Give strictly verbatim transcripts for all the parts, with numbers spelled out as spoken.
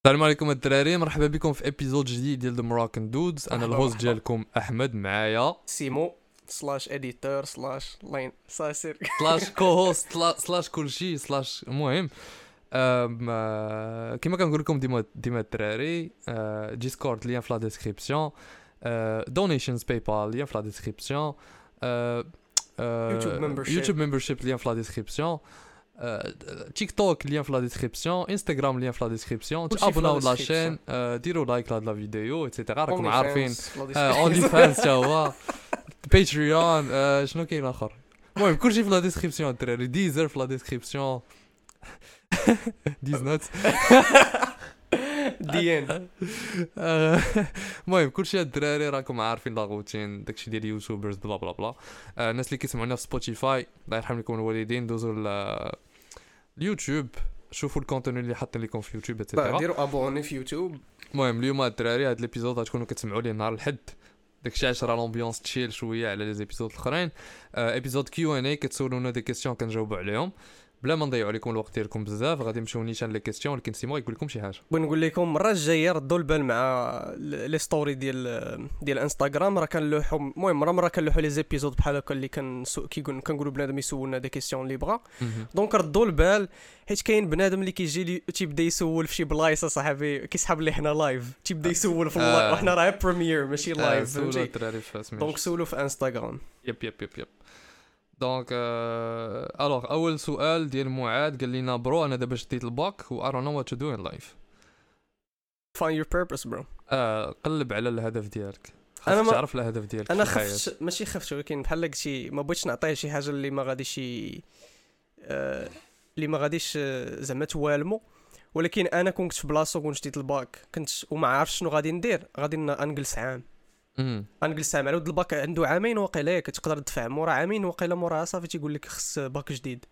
السلام عليكم الدراري، مرحبا بكم في ابيزود جديد ديال ذا مراكن دودز. انا مرحبا الهوست مرحبا. ديالكم احمد، معايا سيمو سلاش اديتور سلاش لاين ساسير. سلاش كو هوست سلاش كلشي سلاش المهم. أم، آه، كما كنقول لكم ديما ديما الدراري، آه، ديسكورد ليان في لا ديسكريبسيون، دونيشنز باي بال ليان في لا ديسكريبسيون، يوتيوب ممبرشيب. يوتيوب ممبرشيب ليان في لا ديسكريبسيون، تيك توك ليان في لا ديسكريبسيون، انستغرام ليان في لا ديسكريبسيون. كلشي في لا تابوناو لا ديسكريبسيون. شين، آه، ديروا لايك لهاد لا فيديو ايتترا، راكم Only عارفين. fans في لا اونلي description. فانس تا هو باتريون، آه، شنو كاين اخر؟ المهم كلشي في لا ديسكريبسيون الدراري، ديزر في لا ديسكريبسيون. ديز نوت. دي ان. المهم كلشي الدراري راكم عارفين لا روتين، داكشي ديال يوتيوبرز بلا بلا بلا. آه، الناس اللي كيسمعونا في سبوتيفاي الله يرحم لكم الوالدين، دوزوا ل- اليوتيوب، شوفوا الكونتوني اللي حاطين لكم في يوتيوب اتسيتيرا. ديروا ابوني في يوتيوب. المهم اليوم الدراري هاد الابيزود غتكونوا كتسمعوا ليه نهار الحد، داكشي علاش راه لومبيونس تشيل شويه على لي زيبيزود الاخرين. آه، ابيزود كيو ان اي كتسولونا دي كيسيون كنجاوبوا عليهم بلا ما نضيعوا عليكم الوقت ديالكم بزاف. غادي نمشيو نيشان لي كيسيون، ولكن سيمو يقول لكم شي حاجه. بغيت نقول لكم المره الجايه ردوا البال مع لي ستوري ديال ديال انستغرام. راه كنلوحوا، المهم مره مره كنلوحوا لي زيبيزود بحال هكا اللي كان كيقول كنقولوا بنادم يسولنا دي كيسيون اللي بغا. مهم. دونك ردوا البال، حيت كاين بنادم اللي كيجي لي تيبدا يسول في شي بلايصه صاحبي، كيسحب لي حنا لايف، تيبدا يسول في اللايف آه. وحنا راه بريمير ماشي آه، لايف، سولو فهمتي؟ الدراري في سميتو. دونك سولو في انستغرام. يب يب يب يب. دونك آه، الوغ اول سؤال ديال معاذ قال لنا برو انا دابا شديت الباك و I don't know what to do in life. find your purpose bro. آه، قلب على الهدف ديالك، أنا خاصك ما- تعرف الهدف ديالك انا في الحياة. خفت، ماشي خفت، ولكن بحال قلتي ما بغيتش نعطيه شي حاجه اللي ما غاديش ي- آه، اللي ما غاديش آه، زعما توالمو. ولكن انا كنت في بلاصه وكنت شديت الباك، كنت وما عارفش شنو غادي ندير. غادي ن- نجلس عام، مم. غنجلس عام على ود الباك. عنده عامين واقيلا ياك تقدر تدفع مورا عامين واقيلا مورا صافي تيقول لك خص باك جديد.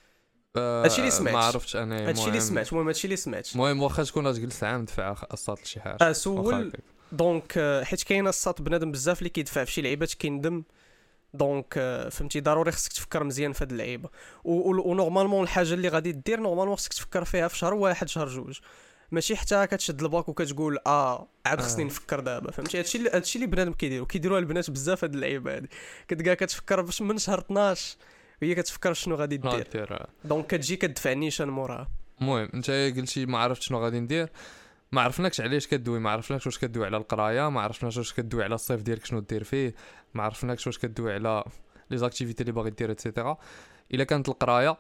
آه، هادشي اللي سمعت. ما عرفتش انا. هادشي اللي المهم- سمعت، المهم هادشي اللي سمعت. المهم واخا تكون غتجلس عام دفع قسط لشي حاجه. اه واخا سول. هكاك. دونك آه، حيت كاين الساط بنادم بزاف اللي كيدفع في شي لعيبات كيندم. دونك آه، فهمتي ضروري خصك تفكر مزيان في هاد اللعيبه. ونورمالمون الحاجه اللي غادي دير نورمالمون خصك تفكر فيها في شهر واحد شهر جوج، ماشي حتى كتشد الباك وكتقول اه عاد خصني آه. نفكر دابا. فهمتي؟ هادشي اللي هادشي اللي بنادم كيديروا كيديروها البنات بزاف هاد اللعيبه هادي. كتلقى كتفكر باش من شهر اثناش وهي كتفكر شنو غادي شنو دير. غدير؟ آه. دونك كتجي كتدفع نيشان موراها. المهم انت قلتي ما عرفتش شنو غادي ندير، ما عرفناكش علاش كدوي، ما عرفناكش واش كدوي على القرايه، ما عرفناش واش كدوي على الصيف ديالك شنو دير فيه، ما عرفناكش واش كدوي على لي زاكتيفيتي اللي باغي دير ايتترا. الا كانت القرايه،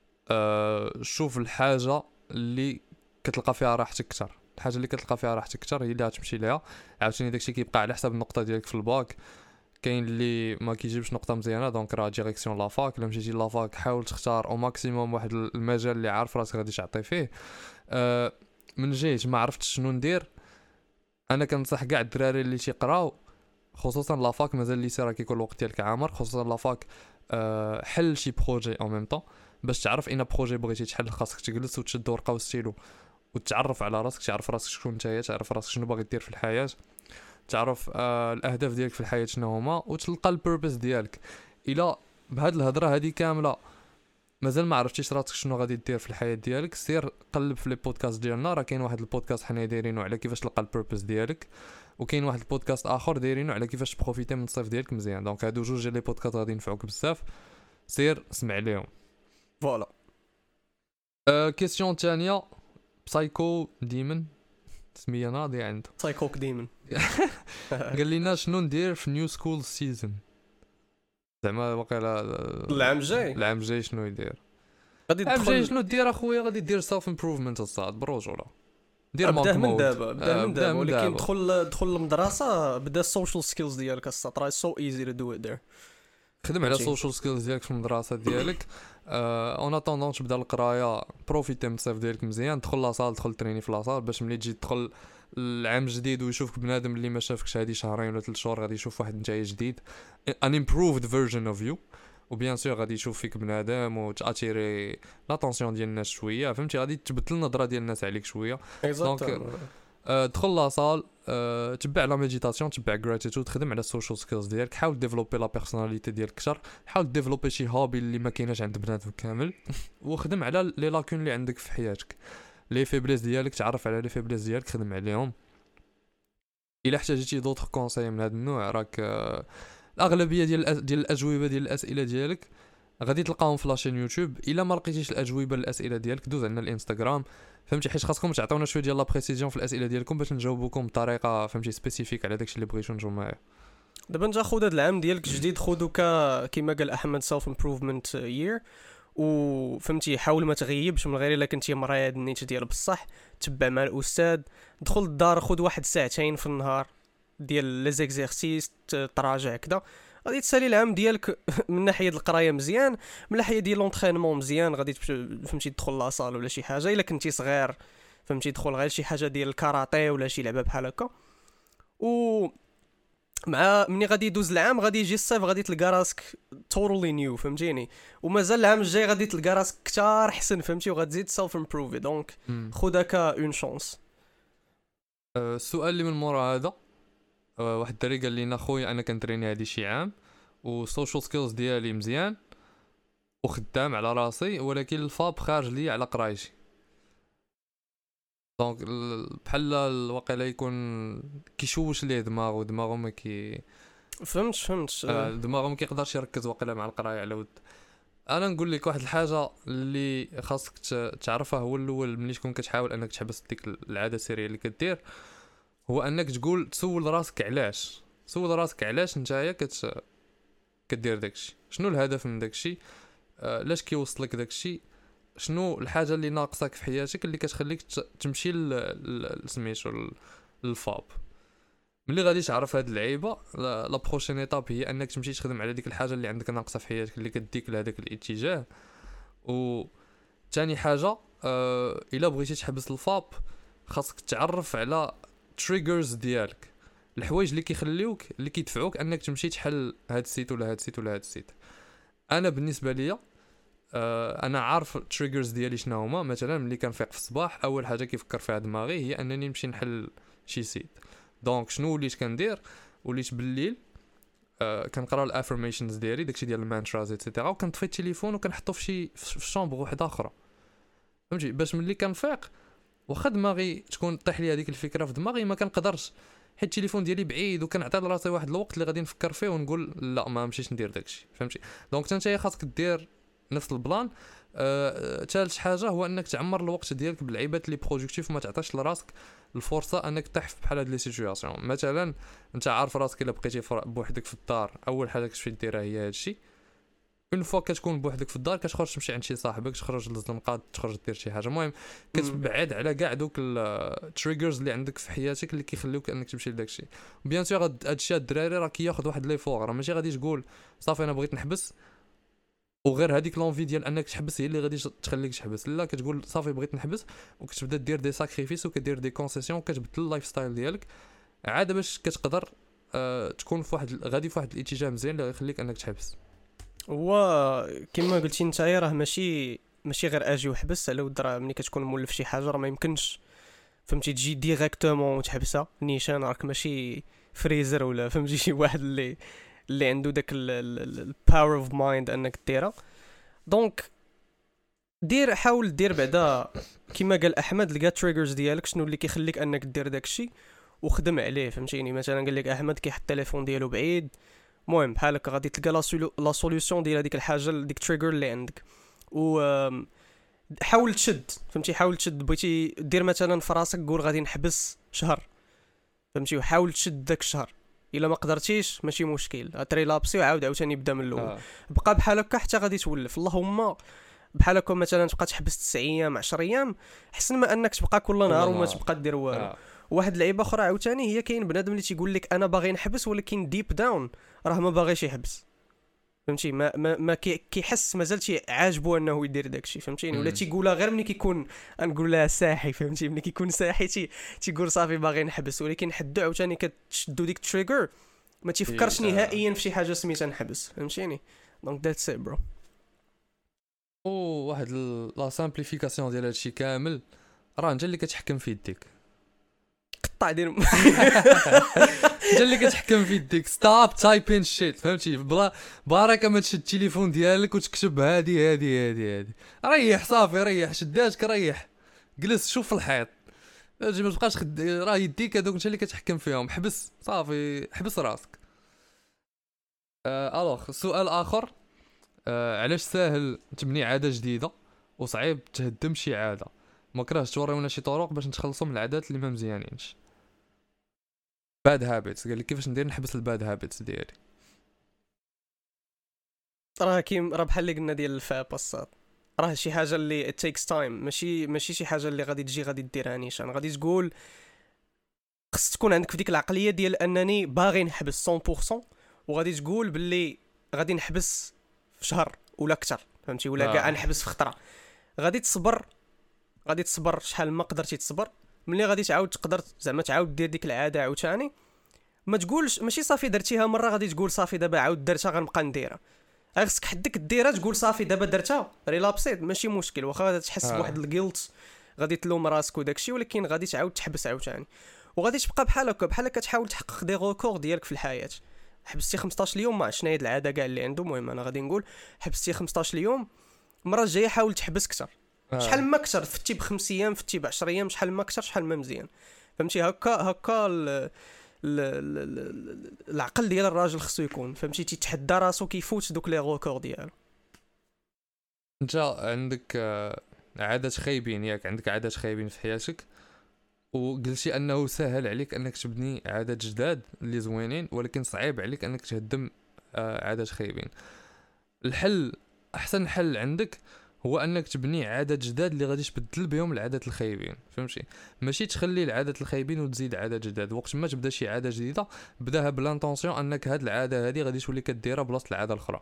آه شوف الحاجه اللي كتلقى فيها راحتك اكثر. الحاجه اللي كتلقى فيها راحتك اكثر هي اللي غتمشي ليها. عاوتاني داكشي كيبقى على حساب النقطه ديالك في الباك. كاين اللي ما كيجيبش نقطه مزيانه دونك راه ديريكسيون لافاك. الا مشيتي لافاك حاول تختار او ماكسيموم واحد المجال اللي عارف راسك غادي تعطي فيه. أه من جيت ما عرفتش شنو ندير، انا كنصح كاع الدراري اللي تيقراو خصوصا لافاك، مازال اللي راه كيكون الوقت ديالك عامر، خصوصا لافاك. أه حل شي بروجي او ميم طون باش تعرف ان بروجي بغيتي تحل. خاصك تجلس وتشد ورقه وستيلو وتعرف على راسك، تعرف راسك شكون نتايا، تعرف راسك شنو باغي دير في الحياه، تعرف آه الاهداف ديالك في الحياه شنو هما، وتلقى البيربز ديالك. الا بهاد الهضره هذه كامله مازال ما عرفتيش راسك شنو غادي دير في الحياه ديالك، سير قلب في لي بودكاست ديالنا. راه كاين واحد البودكاست حنا دايرينو على كيفاش تلقى البيربز ديالك، وكاين واحد البودكاست اخر دايرينو على كيفاش تبروفيتي من الصيف ديالك مزيان. دونك هادو جوج ديال لي بودكاست غادي ينفعوك بزاف، سير اسمع ليهم. فوالا. أه كيسيون ثانيه، بسايكو ديمن سميه ناضي عنده، سايكوك ديمن. قال لنا شنو ندير في نيو سكول سيزون، زعما واقيلا العام الجاي العام الجاي شنو يدير. غادي العام الجاي تدخل. شنو دير اخويا؟ غادي دير سيلف امبروفمنت الصاد برجوله، دير بدا مونك من مود. دابا، بدا آه، من دابا، ولكن دابا. دخل دخل المدرسه، بدا السوشيال سكيلز ديالك السطر سو ايزي تو دو ات ذير. خدم على فهمتي؟ السوشيال سكيلز ديالك في المدرسه ديالك. اون اتوندون تبدا القرايه، بروفيتي من الصيف ديالك مزيان، دخل لاصال، دخل تريني في لاصال باش ملي تجي تدخل العام الجديد ويشوفك بنادم اللي ما شافكش هذه شهرين ولا ثلاث شهور، غادي يشوف واحد نتايا جديد، ان امبروفد فيرجن اوف يو. وبيان سور غادي يشوف فيك بنادم وتاتيري لاتونسيون ديال الناس شويه، فهمتي؟ غادي تبدل النظره ديال الناس عليك شويه. اكزاكتومون. أه دخل لاصال، أه تبع لا ميديتاسيون، تبع غراتيتود، خدم على السوشيال سكيلز ديالك، حاول ديفلوبي لا بيرسوناليتي ديالك اكثر، حاول ديفلوبي شي هوبي اللي ما كايناش عند بنادم كامل، وخدم على لي لاكون اللي عندك في حياتك. لي فيبليس ديالك، تعرف على لي فيبليس ديالك، خدم عليهم. الا احتاجتي دوطخ كونساي من هذا النوع، راك آه، الاغلبيه ديال الأس... ديال الاجوبه ديال الاسئله ديالك غادي تلقاهم في لاشين يوتيوب. الا ما لقيتيش الاجوبه للاسئله ديالك دوز عندنا الانستغرام، فهمتي، حيت خاصكم تعطيونا شويه ديال لا بريسيزيون في الاسئله ديالكم باش نجاوبكم بطريقه فهمتي سبيسيفيك على داكشي اللي بغيتو نجاوب معاه. دابا انت خذ هذا العام ديالك جديد، خذو ك كما قال احمد سيلف امبروفمنت يير، وفهمتي حاول ما تغيبش من غير الا كنتي مريض النيت ديال بصح، تبع مع الاستاذ، دخل الدار خذ واحد ساعتين في النهار ديال لي زيكزيرسيس تراجع كذا، غادي تسالي العام ديالك من ناحيه القرايه مزيان، من ناحيه ديال لونطرينمون مزيان، غادي فهمتي تدخل لاصال ولا شي حاجه، الا كنتي صغير فهمتي تدخل غير شي حاجه ديال الكاراتيه ولا شي لعبه بحال هكا. و مع مني غادي يدوز العام غادي يجي الصيف غادي تلقى راسك تورلي نيو فهمتيني، ومازال العام الجاي غادي تلقى راسك كثار احسن فهمتي، وغتزيد سيلف امبروفي، دونك خذها كاون شانس. السؤال اللي من مورا هذا، أه واحد الدري قال لي خويا انا كنتريني هادي شي عام والسوشيال سكيلز ديالي مزيان وخدام على راسي، ولكن الفاب خارج لي على قرايتي، دونك بحال الواقيلا يكون كيشوش ليه دماغه دماغه ما كي فهمت فهمت آه دماغه ما كيقدرش يركز واقيلا مع القرايه على ود. انا نقول لك واحد الحاجه اللي خاصك تعرفها هو الاول ملي تكون كتحاول انك تحبس ديك العاده السريه اللي كدير، هو انك تقول تسول راسك علاش، سول راسك علاش نتايا كت كدير داكشي، شنو الهدف من داكشي، آه لاش كيوصلك داكشي، شنو الحاجه اللي ناقصك في حياتك اللي كتخليك تمشي لسميتو للفاب. ملي غادي تعرف هاد اللعيبه، لا بروشين ايطاب هي انك تمشي تخدم على ديك الحاجه اللي عندك ناقصه في حياتك اللي كديك لهداك الاتجاه. و ثاني حاجه أه الا بغيتي تحبس الفاب خاصك تعرف على تريجرز ديالك، الحوايج اللي كيخليوك اللي كيدفعوك انك تمشي تحل هاد السيت ولا هاد السيت ولا هاد السيت. انا بالنسبه ليا أه انا عارف التريجرز ديالي شنو هما. مثلا ملي كنفيق في الصباح اول حاجه كيفكر فيها دماغي هي انني نمشي نحل شي سيت، دونك شنو وليت كندير، وليت بالليل أه كنقرا الافرميشنز ديالي داكشي ديال المانتراز ايتترا، وكنطفي التليفون وكنحطو في شي في الشامبر وحده اخرى فهمتي، باش ملي كنفيق واخا دماغي تكون طيح لي هذيك الفكره في دماغي ما كنقدرش، حيت التليفون ديالي بعيد وكنعطي لراسي واحد الوقت اللي غادي نفكر فيه ونقول لا ما نمشيش ندير داكشي فهمتي. دونك انت خاصك دير نفس البلان. ثالث أه حاجه هو انك تعمر الوقت ديالك باللعيبات اللي برودكتيف وما تعطيش لراسك الفرصه انك تطيح بحال هاد لي سيتوياسيون. مثلا انت عارف راسك الا بقيتي بوحدك في الدار اول حاجه كتمشي ديرها هي هادشي، اون فوا كتكون بوحدك في الدار كتخرج تمشي عند شي صاحبك، تخرج للزنقات، تخرج دير شي حاجه، المهم كتبعد على كاع دوك التريجرز اللي عندك في حياتك اللي كيخليوك انك تمشي لداكشي. بيان سور هادشي الدراري راه كياخذ واحد لي فور، راه ماشي غادي تقول صافي انا بغيت نحبس وغير هذيك لونفي ديال انك تحبس هي اللي غادي تخليك تحبس، لا كتقول صافي بغيت نحبس وكتبدا دير دي ساكريفيس وكدير دي كونسيسيون وكتبدل اللايف ستايل ديالك عاد باش كتقدر أه تكون في واحد غادي في واحد الاتجاه مزيان اللي غيخليك انك تحبس. هو كما قلتي انت راه ماشي ماشي غير اجي وحبس على ود، راه ملي كتكون مولف شي حاجه راه ما يمكنش فهمتي تجي ديريكتومون وتحبسها نيشان، راك ماشي فريزر ولا فهمتي شي واحد اللي اللي عنده داك الباور اوف مايند انك ديرها. دونك دير حاول دير بعدا كما قال احمد لقى تريجرز ديالك شنو اللي كيخليك انك دير داكشي وخدم عليه فهمتيني. مثلا قال لك احمد كيحط التليفون ديالو بعيد، المهم بحال هكا غادي تلقى لا سوليوشن ديال هذيك الحاجه ديك تريجر اللي عندك، و حاول تشد فهمتي، حاول تشد بغيتي دير مثلا في راسك قول غادي نحبس شهر فهمتي، وحاول تشد داك الشهر، الا ما قدرتيش ماشي مشكل غتري لابسي وعاود عاوتاني نبدا من الاول آه. بقى بحال هكا حتى غادي تولف. اللهم بحال هكا مثلا تبقى تحبس تسعة ايام عشرة ايام احسن ما انك تبقى كل نهار وما تبقى دير والو آه. واحد لعيبه اخرى عاوتاني هي كاين بنادم اللي تيقول لك انا باغي نحبس ولكن ديب داون راه ما باغيش يحبس فهمتي، ما ما, ما كيحس مازال شي عاجبو انه يدير داكشي فهمتيني، ولا تيقولها غير ملي كيكون نقول لها ساحي فهمتي، ملي كيكون ساحي تي تيقول صافي باغي نحبس، ولكن حدو عاوتاني كتشدو ديك تريجر ما تيفكرش نهائيا في شي حاجه سميتها نحبس فهمتيني. دونك ذاتس ات برو. او واحد لا سامبليفيكاسيون ديال هادشي كامل راه انت اللي كتحكم في يديك، قطع دير انت اللي كتحكم في يديك، ستوب تايبين شيت فهمتي، بلا بارك ما تشد التليفون ديالك وتكتب هادي هادي هادي هادي ريح صافي ريح شداتك ريح جلس شوف في الحيط اجي ما تبقاش خد... راه يديك هذوك انت اللي كتحكم فيهم حبس صافي حبس راسك. آه الوغ سؤال اخر، آه علاش ساهل تبني عاده جديده وصعيب تهدم شي عاده؟ ما كرهتش توريونا شي طرق باش نتخلصوا من العادات اللي ما مزيانينش. باد هابيتس قال لي كيفاش ندير نحبس الباد هابيتس ديالي. راه كيم راه بحال اللي قلنا ديال الفاب الصاد، راه شي حاجه اللي it takes time، ماشي ماشي شي حاجه اللي غادي تجي غادي ديرها نيشان، غادي تقول خص تكون عندك في ديك العقليه ديال انني باغي نحبس مية بالمية، وغادي تقول باللي غادي نحبس في شهر ولا اكثر فهمتي، ولا كاع آه. نحبس في خطره. غادي تصبر، غادي تصبر شحال ما قدرتي تصبر، ملي غادي تعاود تقدر زعما تعاود دير ديك العاده عاوتاني. ما تقولش ماشي صافي درتيها مره غادي تقول صافي دابا عاود درتها غنبقى نديرها، خصك حدك ديرها تقول صافي دابا درتها ريلابسيت ماشي مشكل، واخا غادي تحس آه. بواحد الجيلت غادي تلوم راسك وداكشي، ولكن غادي تعاود تحبس عاوتاني، وغادي تبقى بحال هكا بحال كتحاول تحقق دي ريكورد ديالك في الحياه. حبستي خمسطاش اليوم، ما شنو هي العاده كاع اللي عنده، المهم انا غادي نقول حبستي خمسطاش اليوم، المره الجايه حاول تحبس اكثر، آه. شحال ما اكثر، فتي بخمس ايام فتي ب عشرة ايام، شحال ما اكثر شحال ما مزيان فهمتي. هكا هكا ال... ال... ال... ال... العقل ديال الراجل خصو يكون فهمتي تيتحدى راسو كيفوت دوك لي ريكورد ديالو. انت عندك آه، عادات خايبين ياك، عندك عادات خايبين في حياتك وقلتي انه سهل عليك انك تبني عادات جداد اللي زوينين، ولكن صعيب عليك انك تهدم آه، عادات خايبين. الحل، احسن حل عندك هو انك تبني عادات جداد اللي غادي تبدل بهم العادات الخايبين فهمتي. ماشي تخلي العادات الخايبين وتزيد عادات جداد. وقت ما تبدا شي عاده جديده بداها بلانطونسيون انك هاد العاده هذه غادي تولي كديرها بلاصه العاده الاخرى.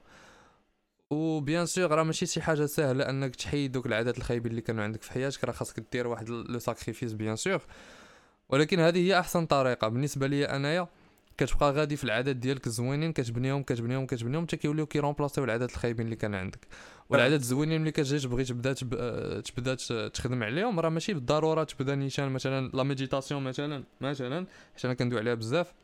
وبيان سور راه ماشي شي حاجه سهله انك تحيد دوك العادات الخايبين اللي كانوا عندك في حياتك، راه خاصك دير واحد لو ساكريفيس بيان سور، ولكن هذه هي احسن طريقه بالنسبه لي انايا. كتبقى غادي في العادات ديالك الزوينين كتبنيهم كتبنيهم كتبنيهم حتى كيوليو كيرومبلاسيو العادات الخايبين اللي كان عندك. والعادات الزوينين اللي كتجي تبغي تبدا تبدا تخدم عليهم، راه ماشي بالضروره تبدا نيشان مثلا لا ميديتاسيون مثلا مثلا حيت انا كندوي عليها بزاف.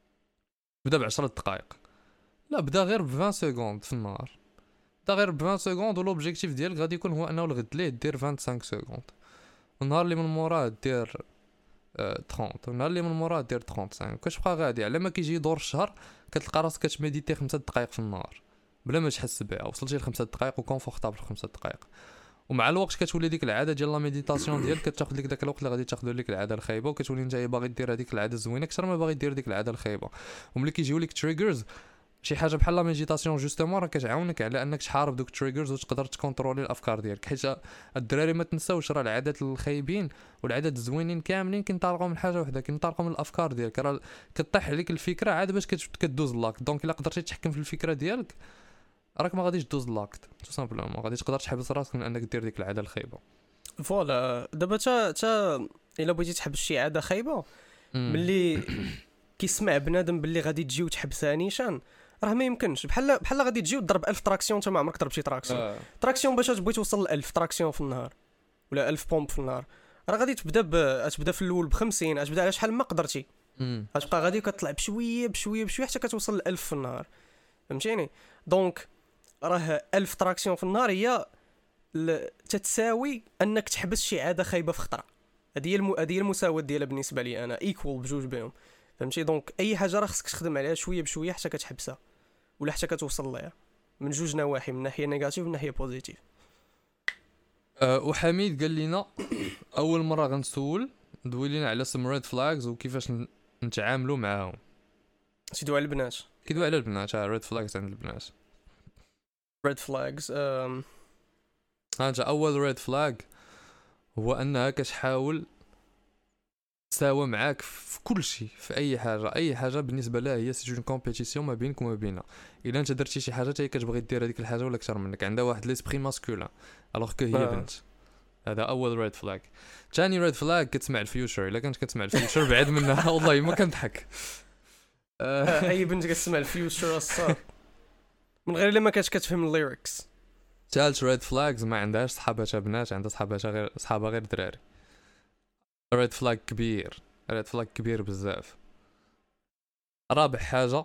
بدا ب عشرة دقائق، لا بدا غير ب عشرين سكوند في النهار، بدا غير ب عشرين سكوند، ولوبجيكتيف ديالك غادي يكون هو انه الغد ليه دير خمسة وعشرين سكوند، النهار اللي من موراه دير ثلاثين، النهار اللي من موراه دير خمسة وثلاثين. كتبقى غادي على ما كيجي دور الشهر كتلقى راسك كتميديتي خمسة دقائق في النهار بلا ما تحس بها، وصلتي ل خمسة دقائق وكونفورتابل في خمسة دقائق. ومع الوقت كتولي ديك العاده ديال لا ميديتاسيون ديالك كتاخذ لك داك الوقت اللي غادي تاخذ لك العاده الخايبه، وكتولي نتايا باغي دير هذيك العاده الزوينه اكثر ما باغي دير ديك العاده الخايبه. وملي كيجيو لك تريجرز شي حاجه بحال لا ميديتاسيون جوستومون راه كتعاونك على انك تحارب دوك تريجرز وتقدر تكونترولي الافكار ديالك. حيت الدراري ما تنساوش راه العادات الخايبين والعادات الزوينين كاملين كينطلقوا من حاجه وحده، كينطلقوا من الافكار ديالك. راه كطيح عليك الفكره عاد باش كدوز لاك، دونك الا قدرتي تحكم في الفكره ديالك راك ما غاديش دوز لاك تو سامبلومون، غادي تقدر تحبس راسك من انك دير ديك العاده الخايبه. فوالا دابا تا تا الا بغيتي تحبس شي عاده خايبه ملي كيسمع بنادم باللي غادي تجي وتحبسها نيشان، راه ما يمكنش. بحال بحال غادي تجي وتضرب ألف تراكسيون انت ما عمرك ضربتي تراكسيون. آه. تراكسيون باش تبغي توصل ل ألف تراكسيون في النهار ولا ألف بومب في النهار، راه غادي تبدا ب تبدا في الاول ب خمسين، تبدا على شحال ما قدرتي، غتبقى غادي كتطلع بشويه بشويه بشويه حتى كتوصل ل ألف في النهار فهمتيني. دونك راه ألف تراكسيون في النهار هي ل... تتساوي انك تحبس شي عاده خايبه في خطره. هذه هي الم... هذه هي المساواه ديالها بالنسبه لي انا، ايكوال بجوج بهم فهمتي. دونك اي حاجه راه خصك تخدم عليها شويه بشويه حتى كتحبسها ولا حتى كتوصل لها من جوج نواحي، من ناحيه نيجاتيف ومن ناحيه بوزيتيف. أه وحميد قال لنا اول مره غنسول دوي لينا على سم ريد فلاجز وكيفاش نتعاملوا معاهم. سيدو على البنات، كيدوي على البنات ريد فلاجز عند البنات. ريد فلاجز ام هانجا اول ريد فلاج هو انها كتحاول تساوى معاك في كل شيء، في اي حاجه اي حاجه بالنسبه لها هي سي اون كومبيتيسيون ما بينك وما بينها. الا انت درتي شي حاجه حتى هي كتبغي دير هذيك الحاجه ولا اكثر منك، عندها واحد ليسبري ماسكولين الوغ كو هي آه. بنت. هذا اول ريد فلاج. ثاني ريد فلاج كتسمع الفيوتشر. الا كنت كتسمع الفيوتشر بعد منها والله ما كنضحك. اي بنت كتسمع الفيوتشر الصاد من غير لما كانت كتفهم الليركس. ثالث ريد فلاجز ما عندهاش صحاباتها بنات، عندها صحاباتها غير صحابها غير دراري. ريد فلاج كبير، ريد فلاج كبير بزاف. رابع حاجه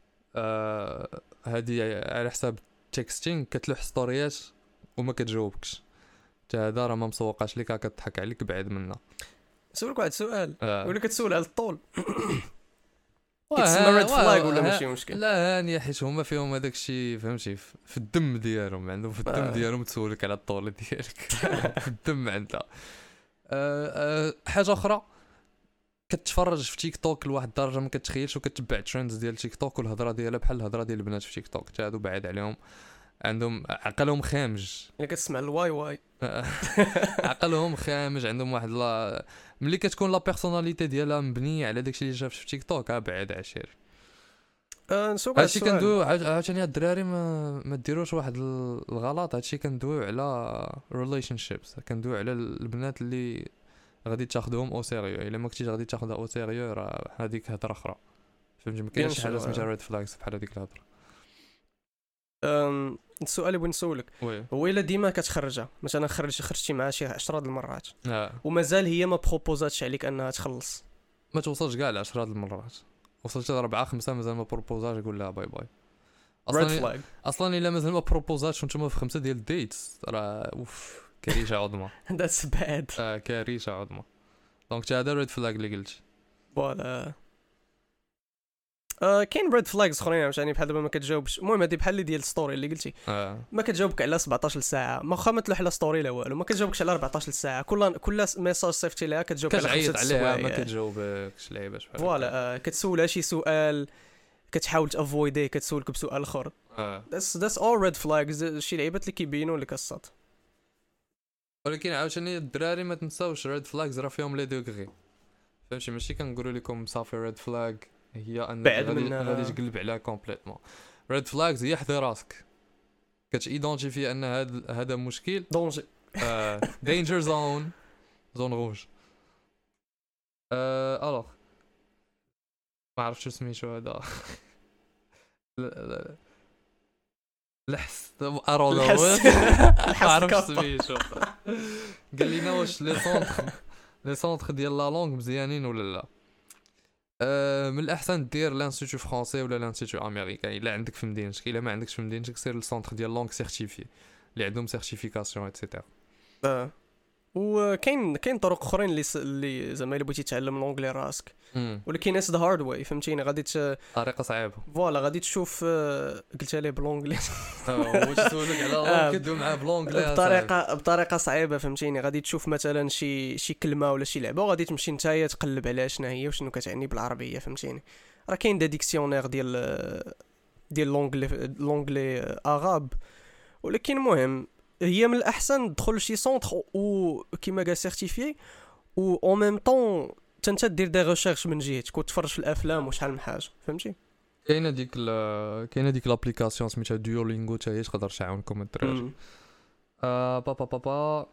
آه هذه على حساب تكستينغ، كتلوح ستوريات وما كتجاوبكش. حتى هذا راه ما مسوقاش ليك كتضحك عليك بعد منا. نسولك واحد السؤال آه. ولا كتسول على الطول كيتسمى ريد فلاغ ولا ماشي مشكل؟ لا هاني حيت هما فيهم هذاك الشيء فهمتي في الدم ديالهم عندهم في الدم آه. ديالهم تسولك على الطول ديالك في الدم عندها. أه أه حاجه اخرى كتفرج في تيك توك لواحد الدرجه ما كتخيلش وكتبع ترندز ديال تيك توك والهضره ديالها بحال الهضره ديال البنات في تيك توك حتى هادو بعاد عليهم عندهم عقلهم خامج. الا كتسمع الواي واي عقلهم خامج عندهم واحد لا ملي كتكون لا بيرسوناليتي ديالها مبنيه على داكشي اللي شاف في تيك توك ها بعاد عشير. أه نسولك على هادشي السؤال. كندويو عاوتاني الدراري ما ما ديروش واحد الغلط. هادشي كندويو على ريليشن شيبس كندويو على البنات اللي غادي تاخذهم او سيريو. الا ما كنتيش غادي تاخذها او سيريو راه هذيك هضره اخرى فهمتي. ما كاينش شي حاجه سميتها ريد فلاكس بحال هذيك الهضره. أم السؤال اللي بغيت نسولك وي هو الا ديما كتخرجها مثلا خرج خرجتي معها شي عشرة د المرات لا ومازال هي ما بروبوزاتش عليك انها تخلص ما توصلش كاع ل عشرة المرات وصلت لربعة خمسة مازال ما بروبوزاش قول لها باي باي. ريد اصلا فلاغ اصلا الا مازال ما بروبوزاتش وانتم في خمسه ديال الديتس راه اوف كارثه عظمى. ذاتس باد اه كارثه عظمى. دونك هذا ريد فلاغ اللي قلت. فوالا آه كاين ريد فلاغز اخرين عشان بحال دابا ما كتجاوبش. المهم هذه بحال اللي ديال الستوري اللي قلتي اه ما كتجاوبك على سبعطاش ساعه ما واخا ما تلوح على ستوري لا والو ما كتجاوبكش على أربعطاش ساعه كل كل ميساج صيفطتي لها كتجاوب على كتعيط خمسة عليها سوايع. ما كتجاوبكش لعيبه بحال فوالا آه كتسولها شي سؤال كتحاول تافويديه كتسولك بسؤال اخر. اه that's that's all red flags شي لعيبات اللي كيبينوا لك السط. ولكن عاوتاني الدراري ما تنساوش ريد فلاغز راه فيهم لي دوغري فهمتي. ماشي كنقولوا لكم صافي ريد فلاغ هي انك بعد غادي منها. غادي تقلب عليها كومبليتمون. ريد فلاغز هي حذي راسك كتايدونتيفي ان هذا هذا مشكل دونجي دينجر زون زون روج. اه الوغ ما عرفتش سميتو هذا الحس ارولو ما عرفتش سميتو. قال لنا واش لي سونتر لي سونتر ديال لا لونغ مزيانين ولا لا. أه من الاحسن دير لانستيتو فرونسي ولا لانستيتو امريكان الا عندك في مدينتك. الا ما عندكش في مدينتك سير للسونتر ديال لونغ سيرتيفي اللي عندهم سيرتيفيكاسيون ايتترا. اه وكاين كاين طرق اخرين اللي س... اللي زعما الا بغيتي تعلم لونجلي راسك ولكن اتس ذا هارد واي فهمتيني. غادي ت... طريقه صعيبه فوالا غادي تشوف آه، قلتها ليه بالونجلي واش تسولك على كدوي معاه بلونجلي بطريقه بطريقه صعيبه فهمتيني. غادي تشوف مثلا شي شي كلمه ولا شي لعبه وغادي تمشي نتايا تقلب عليها شنو هي وشنو كتعني بالعربيه فهمتيني. راه كاين دا ديكسيونير ديال ديال لونجلي لونجلي اغاب. ولكن المهم هي من الاحسن تدخل لشي سونتر و كيما قال سيرتيفي و اون ميم طون انت دير دي ريشيرش من جهتك وتفرج في الافلام وشحال من حاجه فهمتي. كاينه ديك ال... كاينه ديك لابليكاسيون سميتها ديولينغو حتى هي تقدر تعاونكم الدراري. آه با با با با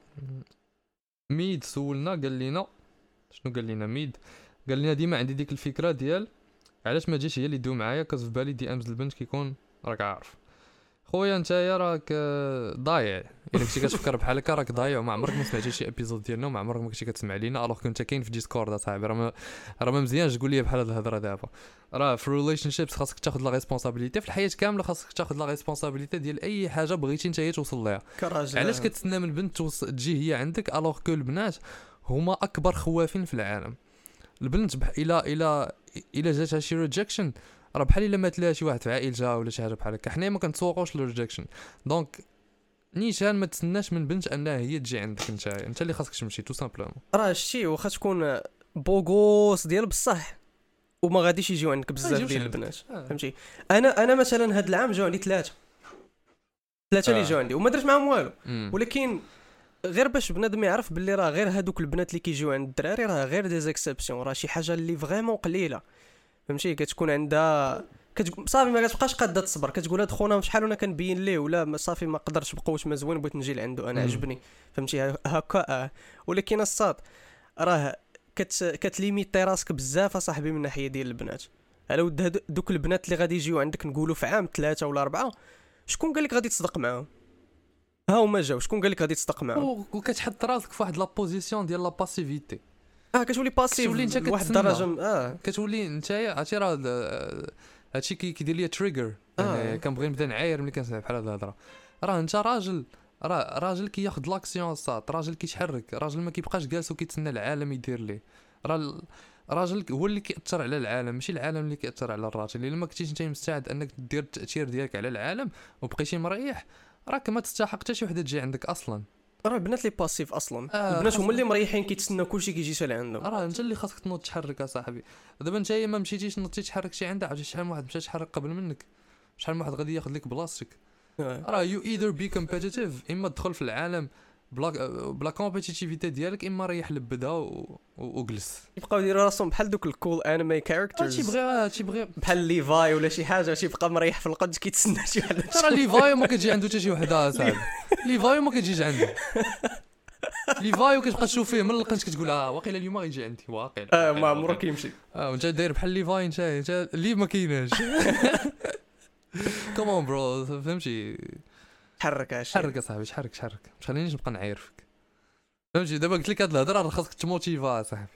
ميد سولنا قال لنا شنو قال لنا ميد قال لنا ديما عندي ديك الفكره ديال علاش ما جيش هي اللي دوم معايا كاز في بالي دي امز البنت كيكون راك عارف خويا نتايا راك ضايع. الا كنتي كتفكر بحال هكا راك ضايع وما عمرك ما سمعتي شي ابيزود ديالنا وما عمرك ما كنتي كتسمع لينا الوغ كنت كاين في ديسكورد اصاحبي. راه ما راه ما مزيانش تقول لي بحال هاد الهضره دابا. راه في ريليشن شيبس خاصك تاخذ لا ريسبونسابيلتي في الحياه كامله. خاصك تاخذ لا ريسبونسابيلتي ديال اي حاجه بغيتي نتايا توصل ليها. علاش كتسنى من بنت تجي هي عندك الوغ كو البنات هما اكبر خوافين في العالم. البنت بح... الى الى الى جاتها شي ريجكشن راه بحال الا مات لها شي واحد في عائلتها ولا شي حاجه بحال هكا. حنا ما كنتسوقوش للريجكشن. دونك نيشان ما تسناش من بنت انها هي تجي عندك انت انت اللي خاصك تمشي تو سامبلومون. راه شتي واخا تكون بوغوس ديال بصح وما غاديش يجيو عندك بزاف ديال البنات فهمتي. انا انا مثلا هاد العام جاو عندي ثلاثه ثلاثه اللي آه. جاو عندي وما درت معاهم والو. مم. ولكن غير باش بنادم يعرف باللي راه غير هادوك البنات اللي كيجيو عند الدراري راه غير دي زيكسيبسيون. راه شي حاجه اللي فريمون قليله فهمتي. كتكون عندها كتقول صافي ما كتبقاش قاده تصبر. كتقول هاد خونا شحال وانا كنبين ليه ولا صافي ما قدرتش بقوت ما زوين بغيت نجي لعندو انا عجبني فهمتي هكا. آه. ولكن الصاد راه كت كتليميتي راسك بزاف اصاحبي من ناحيه ديال البنات. على ود دوك البنات اللي غادي يجيو عندك نقولوا في عام ثلاثة ولا أربعة شكون قال لك غادي تصدق معاهم؟ ها هما جاو شكون قال لك غادي تصدق معاهم؟ وكتحط راسك في واحد لا بوزيسيون ديال لا باسيفيتي. اه كتولي باسيف كتولي انت لواحد كتسنى. الدرجه. اه كتولي نتايا عرفتي راه هادشي كيدير ليا تريجر. يعني كنبغي نبدا نعاير ملي كنسمع بحال هاد الهضره. راه انت راجل راه راجل كياخذ لاكسيون الساط، راجل كيتحرك، راجل ما كيبقاش جالس وكيتسنى العالم يدير ليه. راه الراجل هو اللي كيأثر على العالم، ماشي العالم اللي كيأثر على الراجل. الا ما كنتيش انت مستعد انك دير التاثير ديالك على العالم وبقيتي مريح، راك ما تستحق حتى شي وحده تجي عندك اصلا. راه البنات لي باسيف اصلا، آه البنات هما خاص- اللي مريحين كيتسناو كلشي كيجي حتى لعندهم. راه انت اللي خاصك تنوض تحرك اصاحبي. دابا انت ما مشيتيش نوضتي تحرك شي عندها، عرفتي شحال من واحد مشى تحرك قبل منك، شحال من واحد غادي ياخذ لك بلاصتك. آه. راه يو ايذر بي كومبيتيتيف، اما تدخل في العالم بلا بلا كومبيتيتيفيتي ديالك، اما ريح لبدها و- و- وجلس. يبقاو يديروا راسهم بحال دوك الكول انمي آه، كاركترز، تيبغي تيبغي بحال ليفاي ولا شي حاجه، تيبقى مريح في القد كيتسنى شي حاجه. ترى ليفاي ما كتجي عنده حتى شي وحده صاحبي. ليفاي ما كتجيش عنده ليفاي، وكتبقى تشوف فيه من القنت كتقول اه واقيلا اليوم غيجي عندي واقيلا. اه ما عمره كيمشي. اه وانت داير بحال ليفاي، انت انت اللي ما كايناش. كومون برو، فهمتي؟ تحرك هاشي حرك اصاحبي، شحرك شحرك، ما تخلينيش نبقى نعايرفك. فهمتي؟ دابا قلت لك هاد الهضره راه خاصك تموتيفا صاحبي.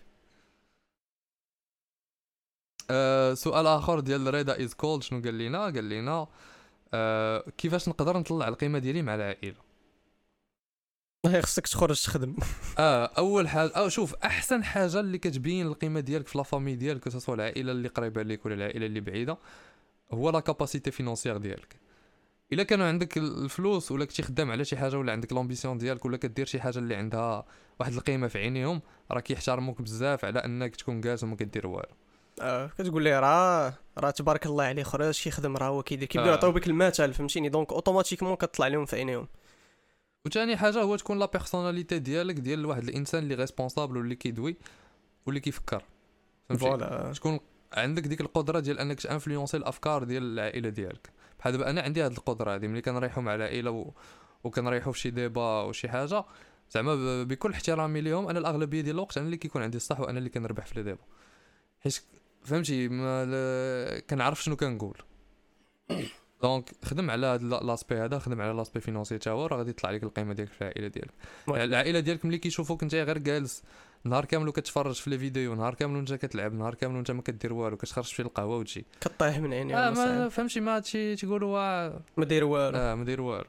أه سؤال اخر ديال رضا از كولد، شنو قال لنا؟ قال لنا أه كيفاش نقدر نطلع القيمه ديالي مع العائله؟ هي خصك تخرج تخدم. اه اول حاجه، او شوف، احسن حاجه اللي كتبين القيمه ديالك في لا فامي ديالك، سواء العائله اللي قريبه ليك ولا العائله اللي بعيده، هو لا كاباسيتي فينانسيير ديالك. الا كانوا عندك الفلوس، ولا كنتي خدام على شي حاجه، ولا عندك لامبيسيون ديالك، ولا كدير شي حاجه اللي عندها واحد القيمه في عينيهم، راه كيحترموك بزاف على انك تكون جالس وما كدير والو. اه كتقول ليه راه راه تبارك الله عليه خرج كيخدم، راه هو كيدير، كيبداو آه. يعطيو بك المثال، فهمتيني؟ دونك اوتوماتيكمون كتطلع لهم في عينيهم. وثاني حاجه هو تكون لا بيرسوناليتي ديالك ديال واحد الانسان اللي ريسبونسابل واللي كيدوي واللي كيفكر، فهمتي؟ فوالا تكون عندك ديك القدره ديال انك تانفلونسي الافكار ديال العائله ديالك. بحال دابا انا عندي هذه القدره هذه، ملي كنريحوا مع العائله و... وكنريحوا في شي ديبا وشي حاجه، زعما ب... بكل احترامي ليهم، انا الاغلبيه ديال الوقت انا اللي كيكون عندي الصح، وانا اللي كنربح في لي ديبا، حيت فهمتي ما ل... كنعرف شنو كنقول. دونك خدم على هذا لاسبي هذا، خدم على لاسبي فينانسي تا هو، راه غادي يطلع لك القيمه ديالك في العائله ديالك. وي. العائله ديالك ملي كيشوفوك انت غير جالس نهار كامل وكتفرج في لي فيديو، نهار كامل وانت كتلعب، نهار كامل وانت ما كدير والو، كتخرج تمشي للقهوه وتجي، كطيح من عينيهم. اه مصعب. ما فهمتي، ما هادشي تيقولوا وا- ما داير والو. اه ما داير والو.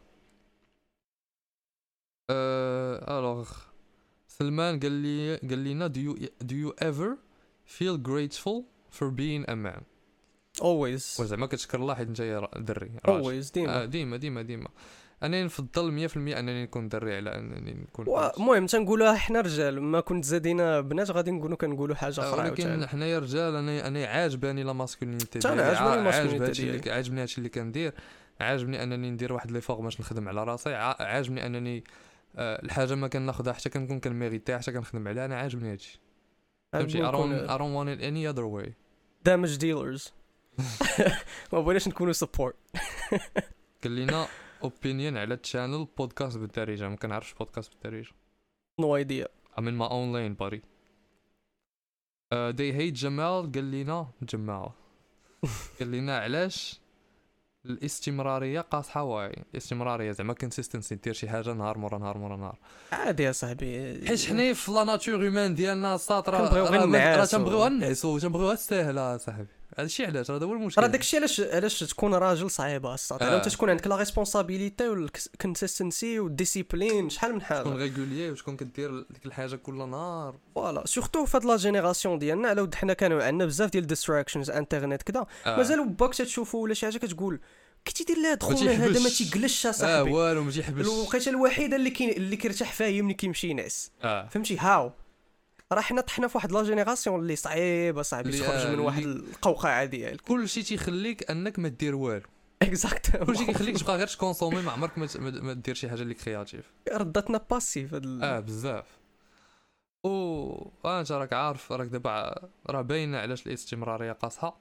اه الوغ سلمان قال لي قال لينا do you do you ever feel grateful for being a man؟ always وزعما كتشكر الله حيت انت دري راجل. always ديما. آه ديما ديما ديما انا نفضل مية في المية انني نكون دري على انني نكون وا- راجل. المهم تنقولوها حنا رجال، ما كنت زادينا بنات غادي نقولوا كنقولوا حاجه آه، اخرى. ولكن حنايا رجال، انا انا عاجباني لا ماسكولينيتي تا أنا ديالي، عاجباني عا- الماسكولينيتي عاجب هادشي ديالي. اللي عاجبني هادشي اللي كندير، عاجبني انني ندير واحد لي فور باش نخدم على راسي، ع- عاجبني انني آه، الحاجه ما كناخذها حتى كنكون كنميريتيها حتى كنخدم عليها، انا عاجبني هادشي، فهمتي؟ I don't I don't want it any other way. دامج ديلرز. ما بغيناش نكونوا سبورت. قال لينا اوبينيون على الشانل بودكاست بالدارجه، ما كنعرفش بودكاست بالدارجه. نو ايديا. I'm in my own lane buddy. uh, they hate جمال. قال لينا جمال قال لينا علاش الاستمراريه قاصحه؟ واعي الاستمراريه زعما كونسيستنسي، دير شي حاجه نهار مورا نهار مورا نهار، عادي يا صاحبي. حيت حنا في لا ناتور هيومان ديالنا الساطره كنبغيو غير راه نعاسو. تنبغيوها نعسو، تنبغيوها ساهله صاحبي. هادشي علاش، راه هذا هو المشكل. راه داكشي علاش علاش تكون راجل صعيبه الساطر. آه. انت تكون عندك لا ريسبونسابيلتي والكونسيستنسي والديسيبلين، شحال من تكون حاجه. ريغوليي وتكون كدير ديك الحاجه كل نهار. فوالا سورتو في هاد لا جينيراسيون ديالنا، على ود حنا كانوا عندنا بزاف ديال ديستراكشنز، انترنت كذا، آه. مازال باك تشوفوا ولا شي حاجه كتقول كي تيدير لهاد ما خونا هذا ما تيحبسش. تيجلسش اه صاحبي. والو ما تيحبش. الوقيته الوحيده اللي كي اللي كيرتاح فيها هي ملي كيمشي ينعس، اه فهمتي؟ هاو راه حنا طحنا في واحد لا جينيراسيون اللي صعيبه صاحبي اللي- تخرج من اللي- واحد القوقعه ديالك. كل شيء تيخليك انك ما دير والو، اكزاكت. كل شيء كيخليك تبقى غير تكونسومي، ما عمرك ما, ت- ما, ما دير شي حاجه اللي كرياتيف. ردتنا باسيف هاد ال... اه بزاف. او انت راك عارف، راك دابا راه باينه علاش الاستمراريه قاصحه.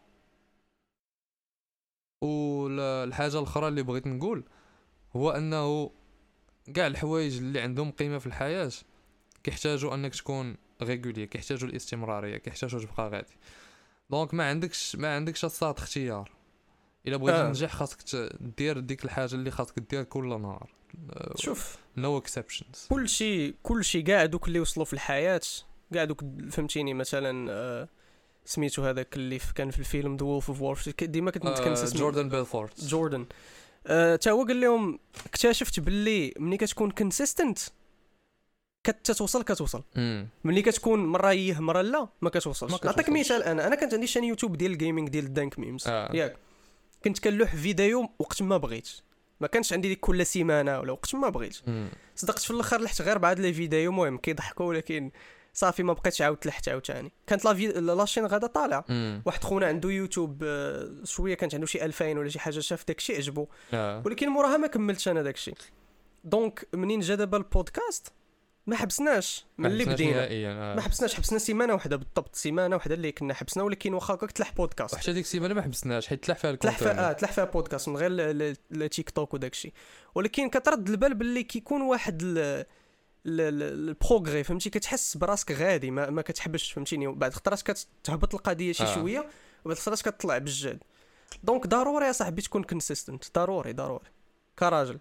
والحاجه الاخرى اللي بغيت نقول هو انه كاع الحوايج اللي عندهم قيمه في الحياه كيحتاجوا انك تكون ريغولي، كيحتاجوا الاستمراريه، كيحتاجوا تبقى غادي. دونك ما عندكش ما عندكش الصاد اختيار. الا بغيتي آه. تنجح خاصك ت- دير ديك الحاجه اللي خاصك دير كل نهار. شوف نو اكسبشنز. كلشي كلشي كاع دوك اللي وصلوا في الحياه، كاع دوك فهمتيني مثلا آه سميتو هذاك اللي في- كان في الفيلم ذا وولف اوف وول، ديما كنتنسى سميتو. جوردن بيلفورت. جوردن حتى هو قال لهم اكتشفت باللي ملي كتكون كونسيستنت كتوصل كتوصل امم ملي كتكون مره ايه مره لا ما ما كتوصلش. كتوصلش. نعطيك مثال، انا انا كانت عندي شان يوتيوب ديال الجيمنج ديال الدانك ميمز آه. ياك، كنت كنلوح فيديو وقت ما بغيت، ما كانش عندي ديك كل سيمانه ولا وقت ما بغيت. مم. صدقت في الاخر لحت غير بعض لي فيديو مهم كيضحكوا، ولكن صافي ما بقيتش عاود لحت عاوتاني. كانت لا في... لاشين غادا طالع مم. واحد خونا عنده يوتيوب آه، شويه كانت عنده شي ألفين ولا شي حاجه، شاف داكشي عجبو، آه. ولكن موراها ما كملتش انا داكشي. دونك منين جا دابا البودكاست ما حبسناش من اللي ما حبسناش بدينا، نهائياً، آه. ما حبسناش، حبسنا سيمانه واحده بالضبط، سيمانه واحده اللي كنا حبسنا، ولكن واخا هكاك تلاح بودكاست، وحتى ديك السيمانه ما حبسناش حيت تلاح فيها تلاح فيها الكونتون. اه تلاح فيها بودكاست من غير ل- ل- ل- تيك توك وداكشي. ولكن كترد البال باللي كيكون واحد ال... ال- ال- البروغري فهمتي، كتحس براسك غادي ما, ما كتحبش فهمتيني، بعد خطرات كتهبط القضيه شي آه. شويه وبعد خطرات كتطلع بالجد. دونك ضروري يا صاحبي تكون كونسيستنت، ضروري ضروري كراجل.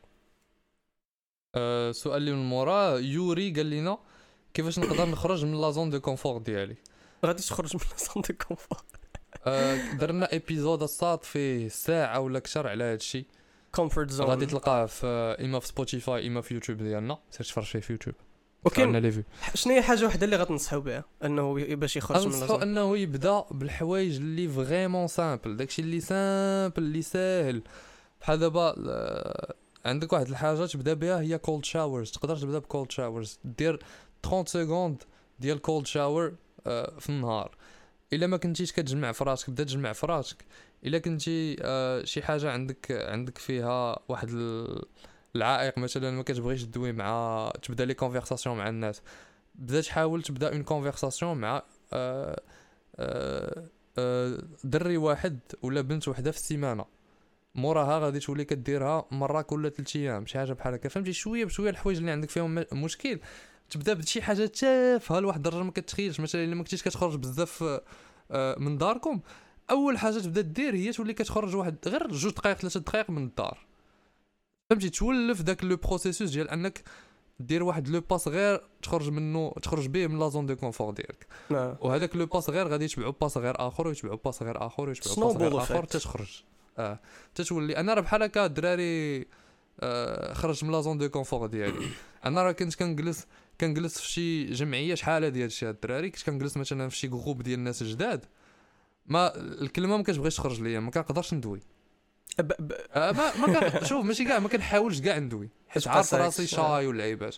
آه سؤال اللي من مورا يوري قال لنا كيفاش نقدر نخرج من لا زون دو كونفور ديالي. غادي تخرج من زون دو كونفور. آه درنا ايبيزود الصاد فيه ساعه ولا اكثر على هذا الشيء، كومفورت زون غادي تلقاه في اما في سبوتيفاي اما في يوتيوب ديالنا، سير تفرج فيه في يوتيوب. وكاين عندنا لي فيو. شنو هي حاجه وحده اللي غتنصحوا بها انه ي- باش يخرج من انصحو الزون؟ انه يبدا بالحوايج اللي فريمون سامبل، داكشي اللي سامبل اللي ساهل. بحال دابا ال- عندك واحد الحاجه تبدا بها هي كولد شاورز، تقدر تبدا بكولد شاورز، دير ثلاثين سكوند ديال كولد شاور في النهار. الا ما كنتيش كتجمع في راسك بدا تجمع في راسك. الا كنتي آه، شي حاجه عندك عندك فيها واحد ال- العائق مثلا ما كتبغيش تدوي مع تبدا لي كونفرساسيون مع الناس، بدا تحاول تبدا اون كونفرساسيون مع آه، آه، آه، دري واحد ولا بنت وحده في السيمانه، موراها غادي تولي كديرها مره كل ثلاث ايام شي حاجه بحال هكا فهمتي. شويه بشويه الحوايج اللي عندك فيهم م- مشكل تبدا بشي حاجه تافهه لواحد الدرجه ما كتخيلش. مثلا الا ما كنتيش كتخرج بزاف آه، من داركم، اول حاجه تبدا دير هي تولي كتخرج واحد غير جوج دقائق ثلاثه دقائق من الدار، فهمتي، تولف داك لو بروسيسوس ديال انك دير واحد لو باس غير تخرج منه تخرج به من لا زون دو كونفور ديالك. نعم. وهذاك لو باس غير غادي يتبعوا باس غير اخر ويتبعوا باس غير اخر ويتبعوا باس Snowball غير اخر effect. تتخرج. اه تتولي انا راه بحال هكا الدراري آه خرجت من لا زون دو كونفور ديالي. انا راه كنت كنجلس كنجلس في شي جمعيه شحال هادي هادشي هاد الدراري، كنت كنجلس مثلا في شي جروب ديال الناس جداد، ما الكلمه ما كتبغيش تخرج ليا، ما كنقدرش ندوي. ب... ب... آه ما ما كان شوف ماشي كاع ما كنحاولش كاع ندوي حيت تبقى عارف ساكت. راسي شاي واللعيبات،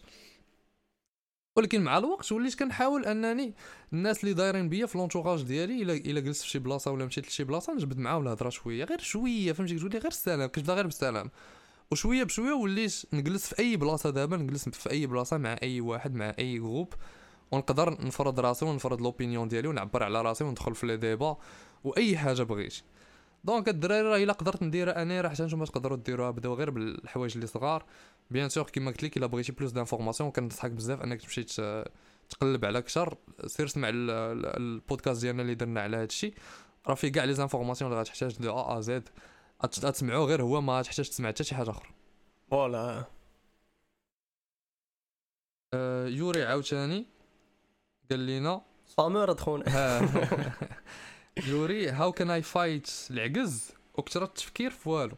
ولكن مع الوقت وليت كنحاول انني الناس اللي دايرين بيا في لونتوراج ديالي الا الا جلست في شي بلاصه ولا مشيت لشي بلاصه نجبد معاهم الهضره شويه غير شويه فهمتي، تقول لي غير السلام، كتبدا غير بالسلام. وشويه بشويه وليت نجلس في اي بلاصه، دابا نجلس في اي بلاصه مع اي واحد مع اي جروب ونقدر نفرض راسي ونفرض لوبينيون ديالي ونعبر على راسي وندخل في لي ديبا واي حاجه بغيت. دونك الدراري راه الا قدرت نديرها انا راه حتى نتوما تقدروا ديروها، بداو غير بالحوايج اللي صغار. بيان سور كيما قلت لك الا بغيتي بلوس دانفورماسيون كننصحك بزاف انك تمشي ت- تقلب على كثر، سير اسمع ال- ال- البودكاست ديالنا اللي درنا على هذا الشيء، راه فيه كاع لي زانفورماسيون اللي غتحتاج دو ا ا زد غتسمعوا غير هو، ما تحتاج تسمع حتى شي حاجه اخرى. فوالا. أه يوري عاوتاني قال لينا صامر دخون. ها- يوري هاو كان اي فايت العجز وكثرة التفكير في والو.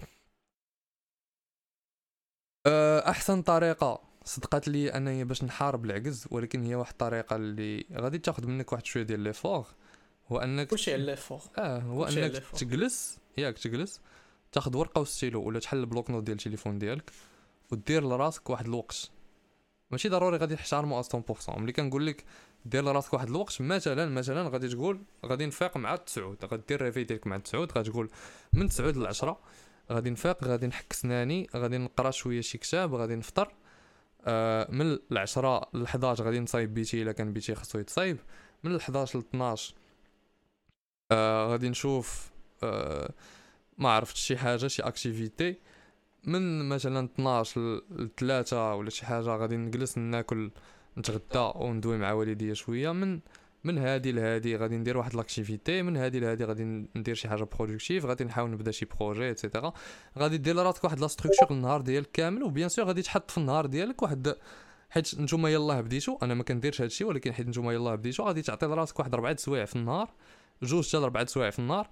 أه، احسن طريقه صدقات لي انني باش نحارب العجز، ولكن هي واحد الطريقه اللي غادي تاخذ منك واحد شويه ديال ليفور، هو انك كلشي على فوق. اه هو كلشي انك على فوق. تجلس ياك تجلس تاخذ ورقه وستيلو ولا تحل البلوك نوت ديال التليفون ديالك ودير لراسك واحد الوقت، ماشي ضروري غادي تحترمو مية بالمية. ملي كنقول لك دير لراسك واحد الوقت، مثلا مثلا غادي تقول غادي نفيق مع تسعود، غادي دير ريفي ديالك مع تسعود، غتقول من تسعود ل عشرة غادي نفيق، غادي نحك سناني، غادي نقرا شويه شي كتاب، غادي نفطر. آه من العشرة ل حداش غادي نصايب بيتي الا كان بيتي خصو يتصايب، من الحداش ل اثناش آه غادي نشوف آه ما عرفت شي حاجه شي اكتيفيتي، من مثلا اثناش ل ثلاثة ولا شي حاجه غادي نجلس ناكل نتغدى وندوي مع والديا شويه، من من هادي لهادي غادي ندير واحد لاكتيفيتي، من هادي لهادي غادي ندير شي حاجه برودكتيف، غادي نحاول نبدا شي بروجي ايتترا. غادي دير لراسك واحد لا ستركتور النهار ديالك كامل، وبيان سور غادي تحط في النهار ديالك واحد، حيت نتوما يلاه بديتو، انا ما كنديرش هادشي ولكن حيت نتوما يلاه بديتو غادي تعطي لراسك واحد اربعه سوايع في النهار، جوج حتى اربعه سوايع في النهار،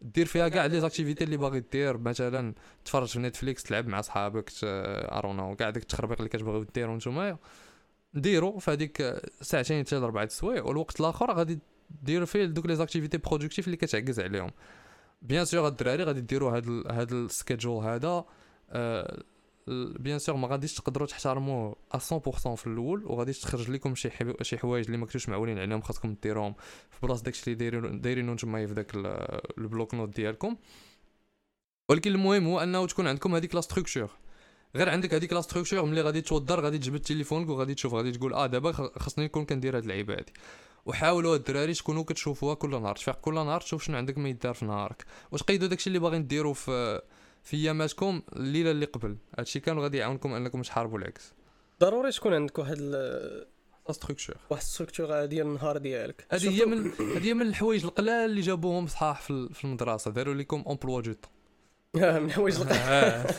دير فيها كاع لي زاكتيفيتي اللي باغي دير، مثلا تفرج في نتفليكس، تلعب مع صحابك، ارونو كاع داك التخربيق اللي كتبغيو ديرو نتوما ديروا في هذيك ساعتين حتى لأربعة السوايع، والوقت الاخر غادي ديروا فيه دوك لي زاكتيفيتي برودكتيف اللي كتعكز عليهم. بيان سور الدراري غادي ديروا هذا هذا السكيدجول هذا، أه بيان سور ما غاديش تقدروا تحترموه مية بالمية في الاول، وغادي تخرج لكم شي حو... شي حوايج اللي ما كنتوش معولين عليهم خاصكم ديروهم في بلاصه داكشي اللي دايرين دايرينو نتوما في داك البلوك نوت ديالكم. ولكن المهم هو انه تكون عندكم هذيك لا ستركتور، غير عندك هذيك لا ستركتور ملي غادي توضر غادي تجبد تليفونك وغادي تشوف، غادي تقول اه دابا خاصني نكون كندير هاد اللعيبه هادي. وحاولوا الدراري تكونوا كتشوفوها كل نهار، تفيق كل نهار تشوف شنو عندك ما يدار في نهارك، واش قيدوا داكشي اللي باغيين ديروا في في اياماتكم الليله اللي قبل. هادشي كان غادي يعاونكم انكم تحاربوا العكس. ضروري تكون عندك واحد ستركتور واحد الستركتور ديال النهار ديالك. هذه هي من هذه هي من الحوايج القلال اللي جابوهم صحاح في في المدرسه، داروا لكم امبلوا دو طون من الحوايج القلال.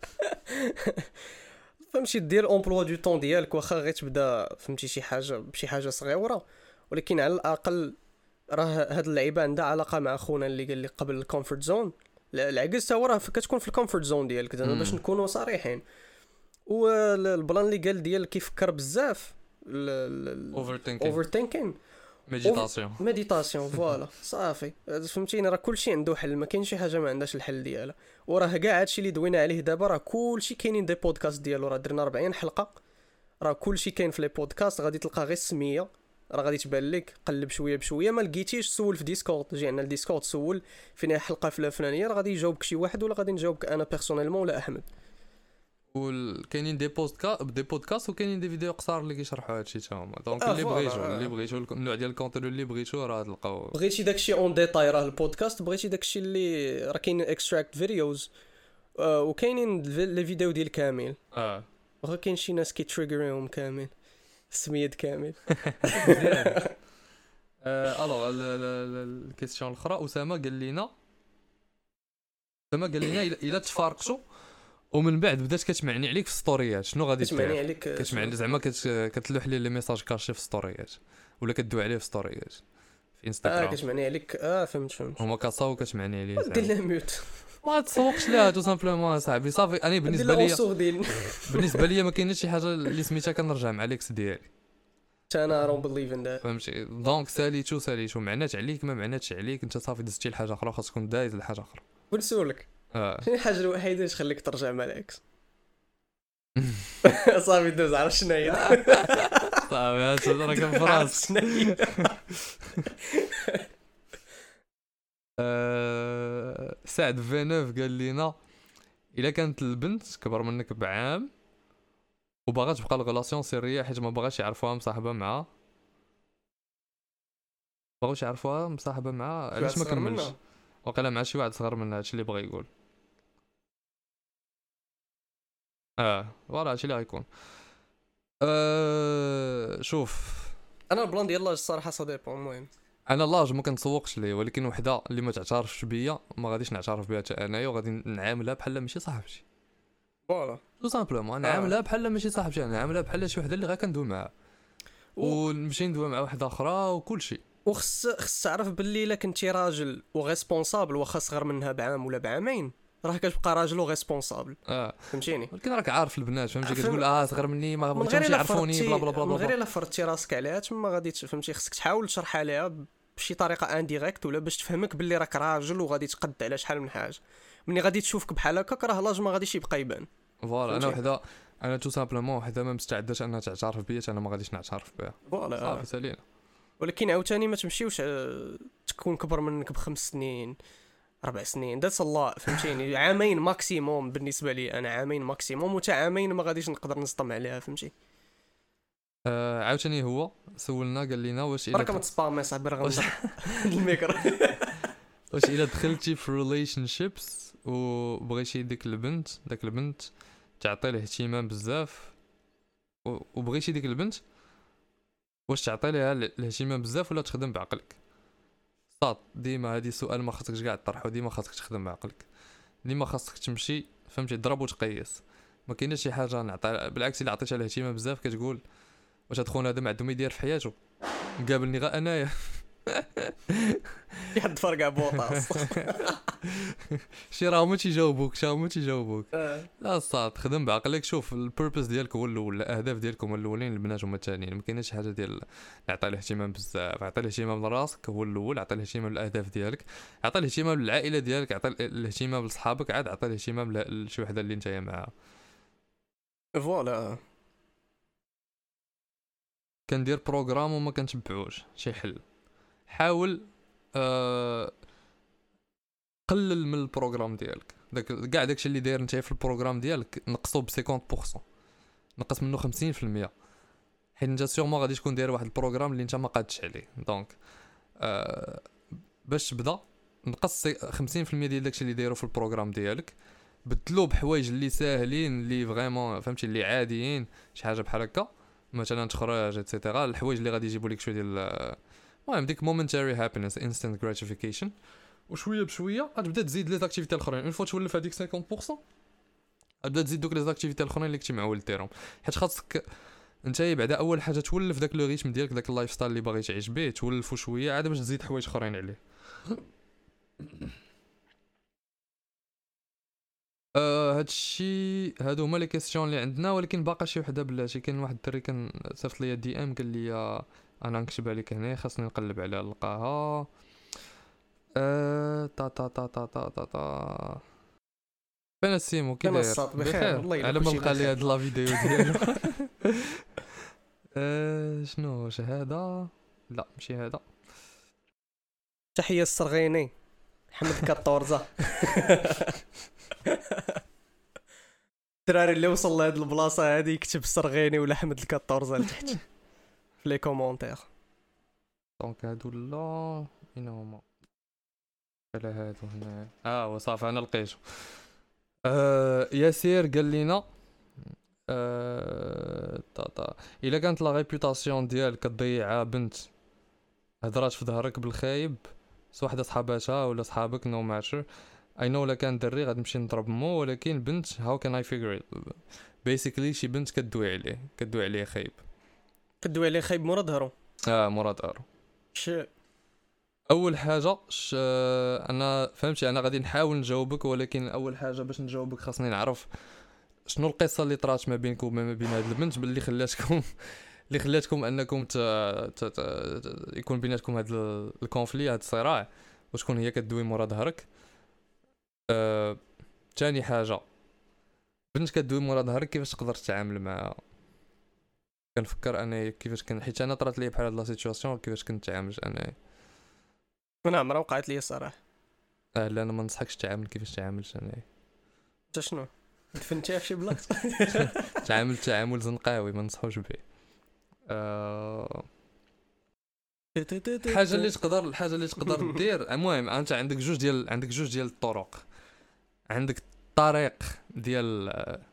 فهمتي دير امبلوا دو طون ديالك، واخا غير تبدا فهمتي شي حاجه بشي حاجه صغيره، ولكن على الاقل راه هاد اللعيبه عندها علاقه مع خونا اللي قال لي قبل الكومفورت زون. العكس تا هو راه كتكون في الكومفورت زون ديالك زعما باش نكونوا صريحين. والبلان اللي قال ديال كيفكر بزاف اوفر ثينكينغ اوفر ثينكينغ ميديتاسيون ميديتاسيون فوالا صافي فهمتيني. راه كلشي عنده حل، ما كاين شي حاجه ما عندهاش الحل ديالها. وراه كاع هادشي اللي دوينا عليه دابا راه كلشي كاينين دي بودكاست ديالو، راه درنا أربعين حلقه، راه كلشي كاين في لي بودكاست. غادي تلقى غير السميه، راه غادي تبان لك، قلب شويه بشويه، ما لقيتيش سول في ديسكورد، جي عندنا الديسكورد سول فين حلقه في الفلانيه، راه غادي يجاوبك شي واحد ولا غادي نجاوبك انا بيرسونيلمون ولا احمد. وكاينين دي بودكاست دي بودكاست وكاينين دي فيديو قصار اللي كيشرحوا هادشي تا هما. دونك اللي بغيتو اللي بغيتو النوع ديال الكونتوني اللي بغيتو راه تلقاو. بغيتي داكشي اون ديتاي راه البودكاست، بغيتي داكشي اللي راه كاين اكستراكت فيديوز آه وكاينين لي فيديو ديال كامل. اه واخا كاين شي ناس كيتريغريهم كامل سميت كامل. اه الوغ الكيسيون الاخرى اسامه قال لنا اسامه قال لنا الا تفارقتوا ومن بعد بدات كتمعني عليك في ستوريات شنو غادي دير؟ كتمعني عليك كتمعني زعما كتلوح لي لي ميساج كاشي في ستوريات ولا كدوي عليه في ستوريات في انستغرام. اه كتمعني عليك اه فهمت فهمت هما كتصاو كتمعني عليه دير لها ميوت ما تسوقش لها تو سامبلومون صاحبي صافي. انا بالنسبه لي بالنسبه لي ما كاينش شي حاجه اللي سميتها كنرجع مع ليكس ديالي. انا رون بليف ان ذات فهمتي. دونك ساليتو ساليتو معنات عليك ما معناتش عليك، انت صافي دزتي لحاجه اخرى، خاصك تكون دايز لحاجه اخرى. ونسولك اه شنو الحاجه الوحيده اللي تخليك ترجع مع الاكس؟ صافي دوز عرف شنو هي صافي هاد راه كان فراس. سعد فينوف قال لنا الا كانت البنت كبر منك بعام وباغا تبقى الغلاسيون سريه حيت ما باغاش يعرفوها مصاحبه معها باغاوش يعرفوها مصاحبه معها علاش ما كملش؟ وقيلا مع شي واحد صغر منها. هادشي اللي بغى يقول. اه فوالا هادشي اللي غيكون. أه شوف انا البلان ديال لاج الصراحه صديق. المهم انا لاج ما كنتسوقش ليه، ولكن وحده اللي ما تعترفش بيا ما غاديش نعترف بها حتى انايا، وغادي نعاملها بحال ماشي صاحبتي. فوالا تو سامبلومون نعاملها بحال ماشي صاحبتي، نعاملها بحال شي وحده اللي غير كندوي معاها ونمشي ندوي مع واحده اخرى وكل شيء. وخص خص تعرف باللي الا كنتي راجل وريسبونسابل واخا صغر منها بعام ولا بعامين راه كتبقى راجل وريسبونسابل. اه فهمتيني. ولكن راك عارف البنات فهمتي كتقول اه صغر مني ما من بغيتهمش يعرفوني بلا بلا بلا من غير الا فرضتي راسك عليها تما غادي فهمتي خصك تحاول تشرحها ليها بشي طريقه انديريكت ولا باش تفهمك باللي راك راجل وغادي تقد على شحال من حاجه. ملي غادي تشوفك بحال هكاك راه لاج ما غاديش يبقى يبان. فوالا انا وحده انا تو سامبلومون وحده ما مستعداش انها تعترف بيا، انا ما غاديش نعترف بها. فوالا صافي سالينا. ولكن عاوتاني ما تمشيوش تكون كبر منك بخمس سنين اربع سنين ذاتس الله فهمتيني. عامين ماكسيموم بالنسبه لي انا، عامين ماكسيموم، وتا عامين ما غاديش نقدر نصطم عليها فهمتي. آه عاوتاني هو سولنا قال لنا واش الا راك تسبامي صاحبي راه غنضرب الميكرو واش الا دخلتي في ريليشن شيبس وبغيتي ديك البنت داك البنت تعطي له اهتمام بزاف وبغيتي ديك البنت واش تعطي لها الاهتمام بزاف ولا تخدم بعقلك؟ صات ديما هذه سؤال ما خاصكش كاع تطرحو، ديما خاصك تخدم بعقلك، ديما خاصك تمشي فهمتي تضرب وتقيس. ما كاينش شي حاجه نعطي بالعكس الا عطيتها الاهتمام بزاف كتقول واش هاد خونا هذا ما عنده ما يدير في حياته قابلني غير انايا. شي حد فرقع بوطاس شي راهما تيجاوبوك شي راهما تيجاوبوك لا صاد خدم بعقلك شوف البيربز ديالك هو الاول الاهداف ديالكم هما الاولين البنات هما الثانيين ما كاينش حاجه ديال نعطي الاهتمام بزاف عطي الاهتمام لراسك هو الاول عطي الاهتمام للاهداف ديالك عطي الاهتمام للعائله ديالك عطي الاهتمام لصحابك عاد عطي الاهتمام لشي وحده اللي نتايا معاها فوالا كندير بروغرام وما كنتبعوش شي حل حاول أه قلل من البروغرام ديالك داك كاع داكشي اللي داير نتايا في البروغرام ديالك نقصو ب خمسين بالمية نقص منه خمسين بالمية حيت انت سيغمون غادي تكون داير واحد البروغرام اللي انت ما قادش عليه دونك أه باش تبدا نقص خمسين بالمية ديال داكشي اللي دايرو في البروغرام ديالك بدلو بحوايج اللي ساهلين اللي فريمون فهمتي اللي عاديين شي حاجه بحال هكا مثلا تخرج ايتترا الحوايج اللي غادي يجيبوا لك شويه ديال المهم ديك مومنتاري هابينس انستانت gratification وشويه بشويه غتبدا تزيد لي زاكتيفيتي الاخرين اون فوا تولف هذيك خمسين بالمية غتبدا تزيد دوك لي زاكتيفيتي الاخرين اللي كنتي معول ديرهم حيت خاصك انت بعدا اول حاجه تولف داك لو ريتم ديالك داك اللايف ستايل اللي باغي تعيش به تولفو شويه عاد باش تزيد حوايج اخرين عليه أه هادشي هادو هما لي كيسيون اللي عندنا ولكن باقا شي وحده بلاتي كاين واحد الدري كان صيفط ليا دي ام قال لي انا نكتب عليك هنا خاصني نقلب عليها نلقاها أه تا تا تا تا تا تا تا فين السيمو كي داير بخير والله على ما نلقى لي هاد لا فيديو ديالو أه شنو واش هذا لا ماشي هذا تحيه الصرغيني حمد كاطورزا الدراري اللي وصل لهاد البلاصه هادي يكتب الصرغيني ولا حمد الكاطورزا لتحت في لي كومونتير دونك هادو لا اين هما على هادو هنا اه وصافي انا لقيتو آه ياسير قال لينا آه تا تا الا كانت لا ريبوتاسيون ديالك كضيعها بنت هضرات في ظهرك بالخايب سو وحده صحاباتها ولا صحابك نو ماتر اي نو لا كان دري غنمشي نضرب مو ولكن بنت هاو كان اي فيجر بيسيكلي شي بنت كدوي عليه كدوي عليه خايب كدوي عليه خايب مورا ظهرو اه مورا ظهرو ش اول حاجه ش... انا فهمتي انا غادي نحاول نجاوبك ولكن اول حاجه باش نجاوبك خاصني نعرف شنو القصه اللي طرات ما بينكم وما بين هاد البنت باللي خلاتكم اللي خلاتكم انكم ت... ت... ت... يكون بيناتكم هاد الكونفلي هاد الصراع وتكون هي كدوي مورا ظهرك أه... ثاني حاجه بنت كدوي مورا ظهرك كيفاش تقدر تتعامل معها كنفكر انا كيفاش كان حيت انا طرات لي بحال هاد لا سيتوياسيون كيفاش كنت تعامل انا انا عمرها وقعت لي الصراحه اه لا انا ما نصحكش تعامل كيفاش تعاملت انا انت شنو دفنتيها في شي بلاصه تعامل تعامل زنقاوي ما نصحوش به أه... الحاجه اللي تقدر الحاجه اللي تقدر دير المهم انت عندك جوج ديال عندك جوج ديال الطرق عندك الطريق ديال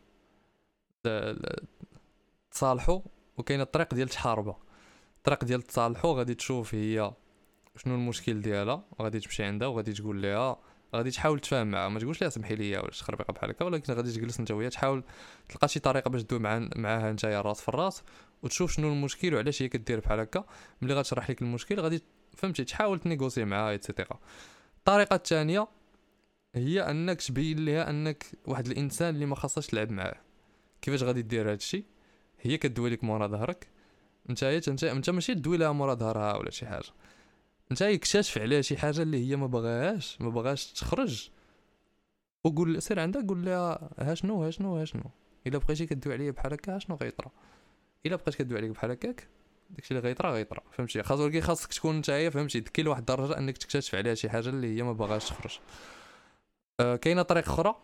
تصالحوا وكاين الطريق ديال تحاربها الطريق ديال تصالحوا غادي تشوف هي شنو المشكل ديالها غادي تمشي عندها وغادي تقول لها غادي تحاول تفهم معها ما تقولش لها سمحي لي ولا شي خربيقه بحال هكا ولكن غادي تجلس انت وهي تحاول تلقى شي طريقه باش تدوي مع معاها نتايا راس في الراس وتشوف شنو المشكل وعلاش هي كدير بحال هكا ملي غتشرح لك المشكل غادي فهمتي تحاول تنيغوسي معاها ايتترا الطريقه الثانيه هي انك تبين لها انك واحد الانسان اللي ما خاصهاش تلعب معاه كيفاش غادي دير هادشي هي كدوي لك مورا ظهرك نتايا انت انت ماشي تدوي لها مورا ظهرها ولا شي حاجه انت يكتشف عليها شي حاجه اللي هي ما بغاهاش ما بغاش تخرج وقول سير عندها قول لها ها شنو ها شنو ها شنو الا بقيتي كدوي عليا بحال هكا شنو غيطرا الا بقيت كدوي عليك بحال هكاك داكشي اللي غيطرا غيطرا فهمتي خاص ولكن خاصك تكون نتايا فهمتي ذكي لواحد الدرجه انك تكتشف عليها شي حاجه اللي هي ما باغاش تخرج أه كاينه طريقه اخرى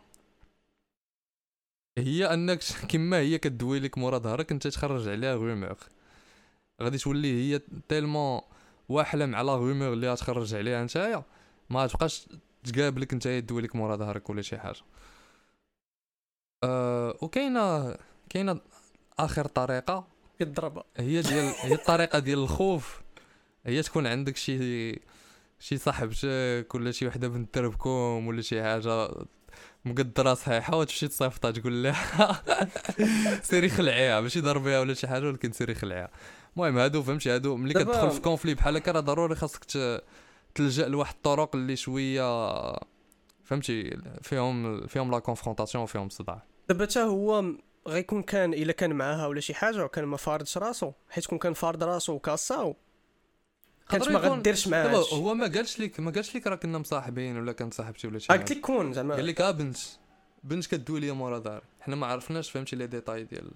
هي انك كما هي كدوي لك مورا ظهرك انت تخرج عليها غومور غادي تولي هي تيلمون واحلم على غومور اللي غتخرج عليها نتايا ما تبقاش تقابلك نتايا تدوي لك مورا ظهرك ولا شي حاجه أه وكاينه كاينه اخر طريقه كضربه هي ديال هي الطريقه ديال الخوف هي تكون عندك شي شي صاحبتك ولا شي وحده بنت دربكم ولا شي حاجه مقدره صحيحه وتمشي تصيفطها تقول لها سيري خلعيها ماشي ضربيها ولا شي حاجه ولكن سيري خلعيها المهم هادو فهمتي هادو ملي كتدخل في كونفلي بحال هكا راه ضروري خاصك تلجأ لواحد الطرق اللي شويه فهمتي فيهم فيهم لا كونفرونطاسيون وفيهم صداع. دابا حتى هو غيكون كان الا كان معاها ولا شي حاجه وكان ما فاردش راسو، حيت كون كان فارد راسو وكاساو كانت ما غديرش معاه. دابا هو ما قالش لك ما قالش لك راه كنا مصاحبين ولا كانت صاحبتي ولا شي قلت لك كون زعما قال لك اه بنت بنت كدوي ليا مورا دار، حنا ما عرفناش فهمتي لي ديتاي ديال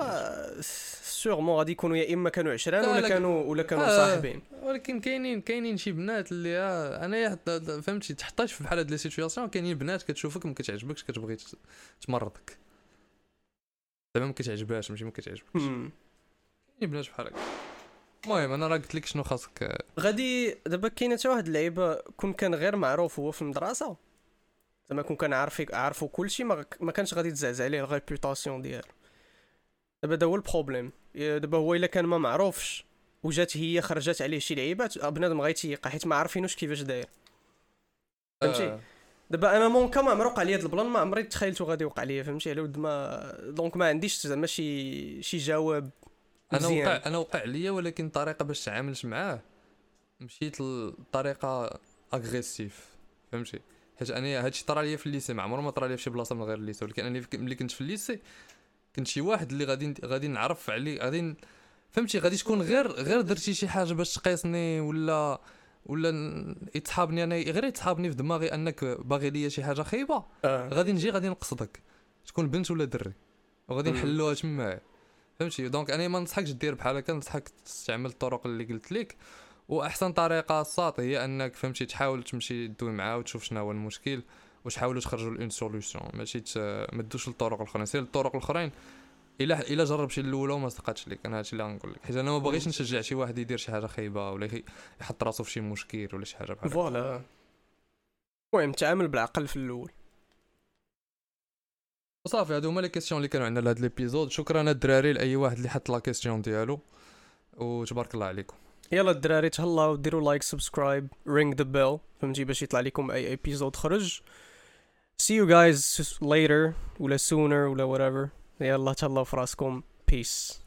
سيغمون غادي يكونوا يا اما كانوا عشران ولا كانوا ولا كانوا آه صاحبين. ولكن كاينين كاينين شي بنات اللي آه انا فهمتي تحطاش في بحال هاد لي سيتوياسيون. كاينين بنات كتشوفك ما كتعجبكش كتبغي تمرضك زعما ما كتعجبهاش ماشي ما كتعجبكش. كاينين بنات بحال هكا. المهم انا راه قلت لك شنو خاصك غادي دابا. كاينه حتى واحد اللعيبه كون كان غير معروف هو في المدرسه زعما كون كان عارف عارفو كلشي ما, ما كانش غادي تزعزع عليه الريبوتاسيون ديالو. دابا دا هو البروبليم. دابا هو الا كان ما معروفش وجات هي خرجت عليه شي لعيبات بنادم غيتيقى حيت ما عارفينوش كيفاش داير فهمتي. آه. دابا انا مونكا ما عمرو وقع لي هاد البلان ما عمري تخيلته غادي يوقع لي فهمتي على ود ما دونك ما عنديش زعما شي شي جواب انا وقع انا وقع ليا ولكن الطريقه باش تعاملش معاه مشيت لطريقه اغريسيف فهمتي. حيت انا هادشي طرا ليا في الليسي ما عمره ما طرا ليا في شي بلاصه من غير الليسي. ولكن انا ملي كنت في الليسي كنت شي واحد اللي غادي غادي نعرف عليه غادي فهمتي غادي تكون غير غير درتي شي حاجه باش تقيسني ولا ولا يتصحابني انا غير يتصحابني في دماغي انك باغي ليا شي حاجه خايبه آه. غادي نجي غادي نقصدك تكون بنت ولا دري وغادي نحلوها تما فهمتي. دونك انا ما ننصحكش دير بحال هكا. ننصحك تستعمل الطرق اللي قلت لك. واحسن طريقه الساط هي انك فهمتي تحاول تمشي تدوي معاه وتشوف شنو هو المشكل وتحاولوا تخرجوا لون سوليوشن. ماشي ما تدوش للطرق الاخرين سير الطرق الاخرين الا الا جرب شي الاولى وما صدقاتش لك. انا هادشي اللي غنقول لك حيت انا ما باغيش نشجع شي واحد يدير شي حاجه خايبه ولا يحط راسو في شي مشكل ولا شي حاجه بحال هكا. فوالا المهم تعامل بالعقل في الاول وصافي. هادو هما لي كيسيون اللي كانوا عندنا لهاد ليبيزود. شكرا الدراري لاي واحد اللي حط لا كيسيون ديالو وتبارك الله عليكم. يلا الدراري تهلاو ديروا لايك سبسكرايب رينج ذا بيل فهمتي باش يطلع لكم اي ايبيزود خرج. see you guys later ولا sooner ولا whatever. يلا تهلاو في راسكم. peace.